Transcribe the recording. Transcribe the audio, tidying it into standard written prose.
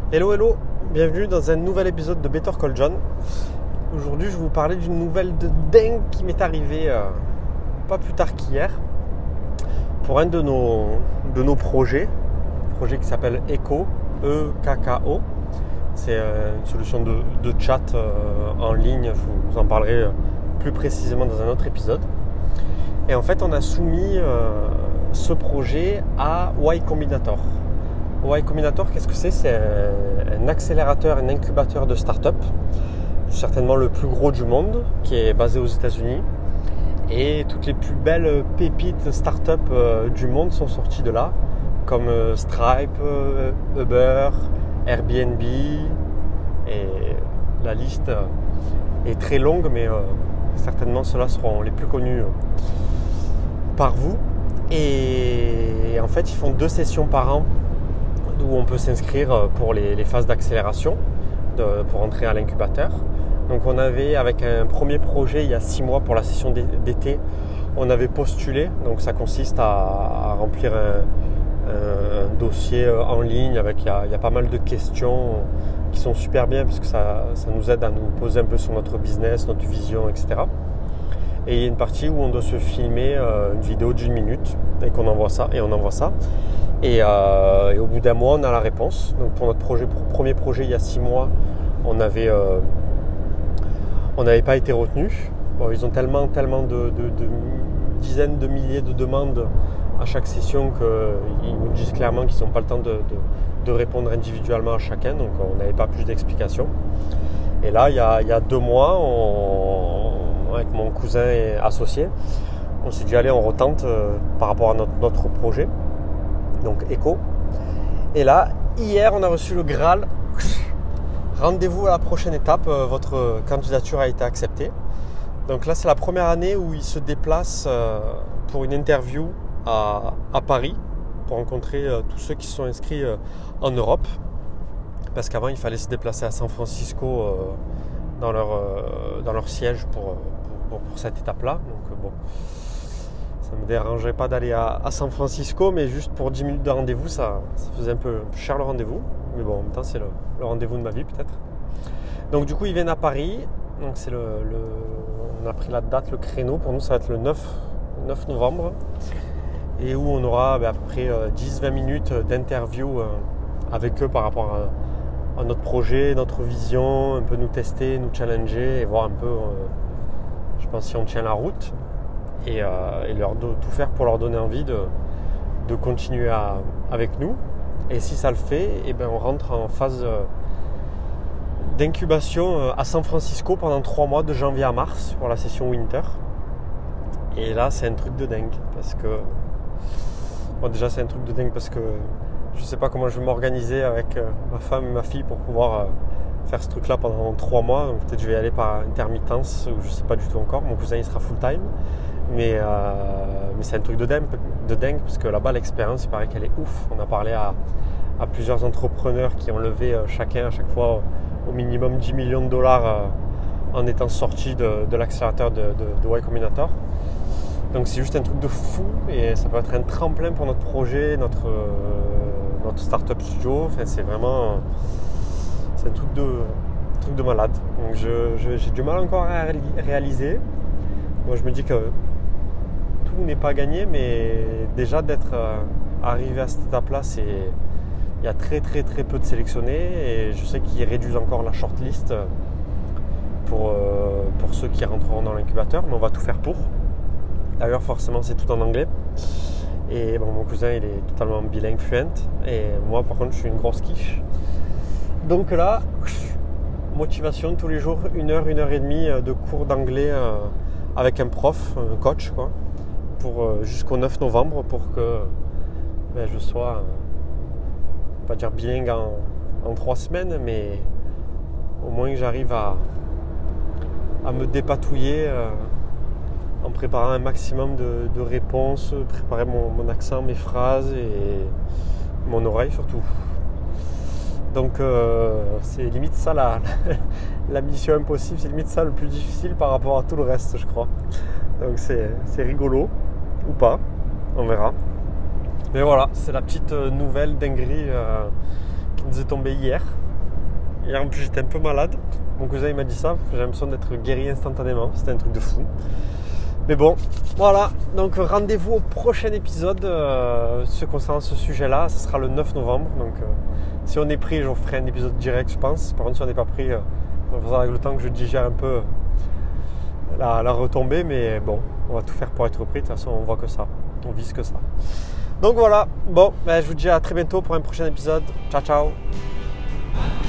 Hello, hello, bienvenue dans un nouvel épisode de Better Call John. Aujourd'hui, je vais vous parler d'une nouvelle de dingue qui m'est arrivée pas plus tard qu'hier pour un de nos projets, un projet qui s'appelle Echo, E-K-K-O. C'est une solution de chat en ligne, je vous en parlerai plus précisément dans un autre épisode. Et en fait, on a soumis ce projet à Y Combinator. Y Combinator, qu'est-ce que c'est ? C'est un accélérateur, un incubateur de start-up, certainement le plus gros du monde, qui est basé aux États-Unis. Et toutes les plus belles pépites start-up du monde sont sorties de là, comme Stripe, Uber, Airbnb. Et la liste est très longue, mais certainement ceux-là seront les plus connus par vous. Et en fait, ils font 2 sessions par an où on peut s'inscrire pour les phases d'accélération pour entrer à l'incubateur. Donc on avait, avec un premier projet il y a 6 mois pour la session d'été, on avait postulé. Donc ça consiste à remplir un dossier en ligne avec il y a pas mal de questions qui sont super bien puisque ça nous aide à nous poser un peu sur notre business, notre vision, etc. Et il y a une partie où on doit se filmer une vidéo d'1 minute et qu'on envoie ça. Et on envoie ça. Et au bout d'un mois, on a la réponse. Donc pour notre premier projet, il y a 6 mois, on n'avait pas été retenu. Bon, ils ont tellement de dizaines de milliers de demandes à chaque session qu'ils nous disent clairement qu'ils n'ont pas le temps de répondre individuellement à chacun. Donc on n'avait pas plus d'explications. Et là, il y a 2 mois, avec mon cousin et associé, on s'est dit allez, on retente par rapport à notre projet. Donc Echo. Et là, hier, on a reçu le Graal. Rendez-vous à la prochaine étape. Votre candidature a été acceptée. Donc là, c'est la première année où ils se déplacent pour une interview à Paris pour rencontrer tous ceux qui sont inscrits en Europe. Parce qu'avant, il fallait se déplacer à San Francisco dans leur siège pour cette étape-là. Donc bon. Ça ne me dérangerait pas d'aller à San Francisco, mais juste pour 10 minutes de rendez-vous, ça faisait un peu cher le rendez-vous. Mais bon, en même temps, c'est le rendez-vous de ma vie peut-être. Donc du coup, ils viennent à Paris. Donc c'est on a pris la date, le créneau. Pour nous, ça va être le 9 novembre. Et où on aura à peu près 10-20 minutes d'interview avec eux par rapport à notre projet, notre vision, un peu nous tester, nous challenger et voir un peu, je pense, si on tient la route. Et tout faire pour leur donner envie de continuer avec nous. Et si ça le fait, et ben on rentre en phase d'incubation à San Francisco pendant 3 mois, de janvier à mars, pour la session Winter. Et là, c'est un truc de dingue. Parce que... Bon, déjà, c'est un truc de dingue parce que je ne sais pas comment je vais m'organiser avec ma femme et ma fille pour pouvoir faire ce truc-là pendant 3 mois. Donc peut-être je vais y aller par intermittence, ou je ne sais pas du tout encore. Mon cousin, il sera full-time. Mais c'est un truc de dingue parce que là-bas, l'expérience, il paraît qu'elle est ouf. On a parlé à plusieurs entrepreneurs qui ont levé chacun à chaque fois au minimum 10 millions de dollars en étant sortis de l'accélérateur de Y Combinator. Donc c'est juste un truc de fou et ça peut être un tremplin pour notre projet, notre startup studio. Enfin, c'est un truc de malade. Donc j'ai du mal encore à réaliser. Moi, je me dis que tout n'est pas gagné, mais déjà d'être arrivé à cette étape-là, il y a très très très peu de sélectionnés et je sais qu'ils réduisent encore la shortlist pour ceux qui rentreront dans l'incubateur, mais on va tout faire pour. D'ailleurs, forcément, c'est tout en anglais. Et bon, mon cousin, il est totalement bilingue fluent et moi, par contre, je suis une grosse quiche. Donc là, motivation tous les jours, 1 heure, 1 heure et demie de cours d'anglais avec un prof, un coach, quoi, pour jusqu'au 9 novembre pour que je sois, pas dire bilingue en 3 semaines, mais au moins que j'arrive à me dépatouiller en préparant un maximum de réponses, préparer mon accent, mes phrases et mon oreille surtout. Donc c'est limite ça la mission impossible, c'est limite ça le plus difficile par rapport à tout le reste, je crois. Donc c'est rigolo, ou pas, on verra. Mais voilà, c'est la petite nouvelle dinguerie qui nous est tombé hier. Hier en plus j'étais un peu malade. Mon cousin il m'a dit ça, j'ai l'impression d'être guéri instantanément. C'était un truc de fou. Mais bon, voilà. Donc rendez-vous au prochain épisode. Ce concernant ce sujet-là, ce sera le 9 novembre. Donc si on est pris, je ferai un épisode direct, je pense. Par contre, si on n'est pas pris, il faudra avec le temps que je digère un peu la retombée. Mais bon, on va tout faire pour être pris. De toute façon, on voit que ça. On vise que ça. Donc voilà. Bon, je vous dis à très bientôt pour un prochain épisode. Ciao, ciao.